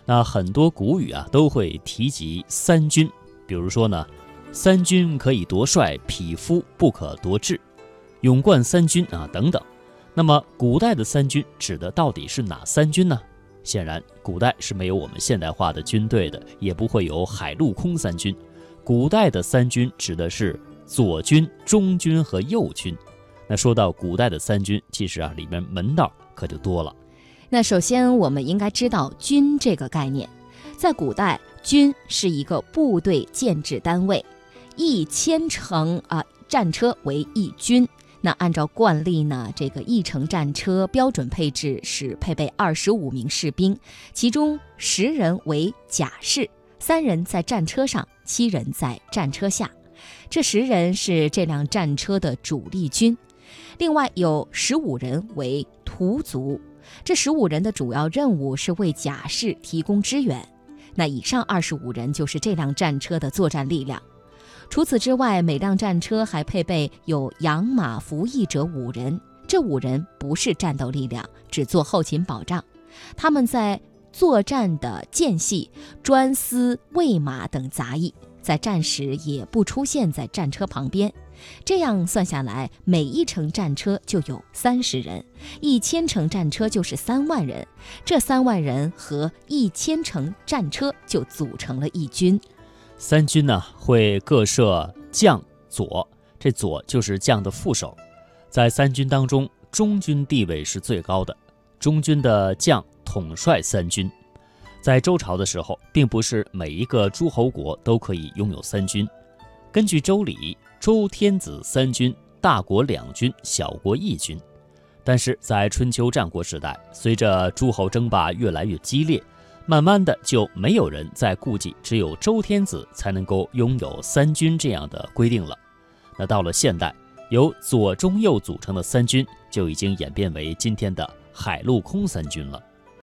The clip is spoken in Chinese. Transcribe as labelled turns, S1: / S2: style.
S1: 那很多古语都会提及三军，比如说呢，三军可以夺帅，匹夫不可夺志，勇冠三军等等。那么古代的三军指的到底是哪三军呢？显然古代是没有我们现代化的军队的，也不会有海陆空三军。古代的三军指的是左军、中军和右军。那说到古代的三军，其实里面门道可就多了。
S2: 那首先我们应该知道军这个概念。在古代，军是一个部队建制单位，1000乘战车为一军。那按照惯例呢，这个一乘战车标准配置是配备25名士兵，其中10人为甲士，3人在战车上，7人在战车下。这10人是这辆战车的主力军。另外有15人为徒卒，这15人的主要任务是为甲士提供支援。那以上25人就是这辆战车的作战力量。除此之外，每辆战车还配备有养马服役者5人，这5人不是战斗力量，只做后勤保障。他们在作战的间隙专司喂马等杂役，在战时也不出现在战车旁边。这样算下来，每一乘战车就有30人，1000乘战车就是3万人。这3万人和1000乘战车就组成了一军。
S1: 三军呢会各设将佐，这佐就是将的副手。在三军当中，中军地位是最高的，中军的将统帅三军。在周朝的时候，并不是每一个诸侯国都可以拥有三军。根据周礼，周天子三军，大国2军，小国1军。但是在春秋战国时代，随着诸侯争霸越来越激烈，慢慢的就没有人再顾忌只有周天子才能够拥有三军这样的规定了。那到了现代，由左中右组成的三军就已经演变为今天的海陆空三军了。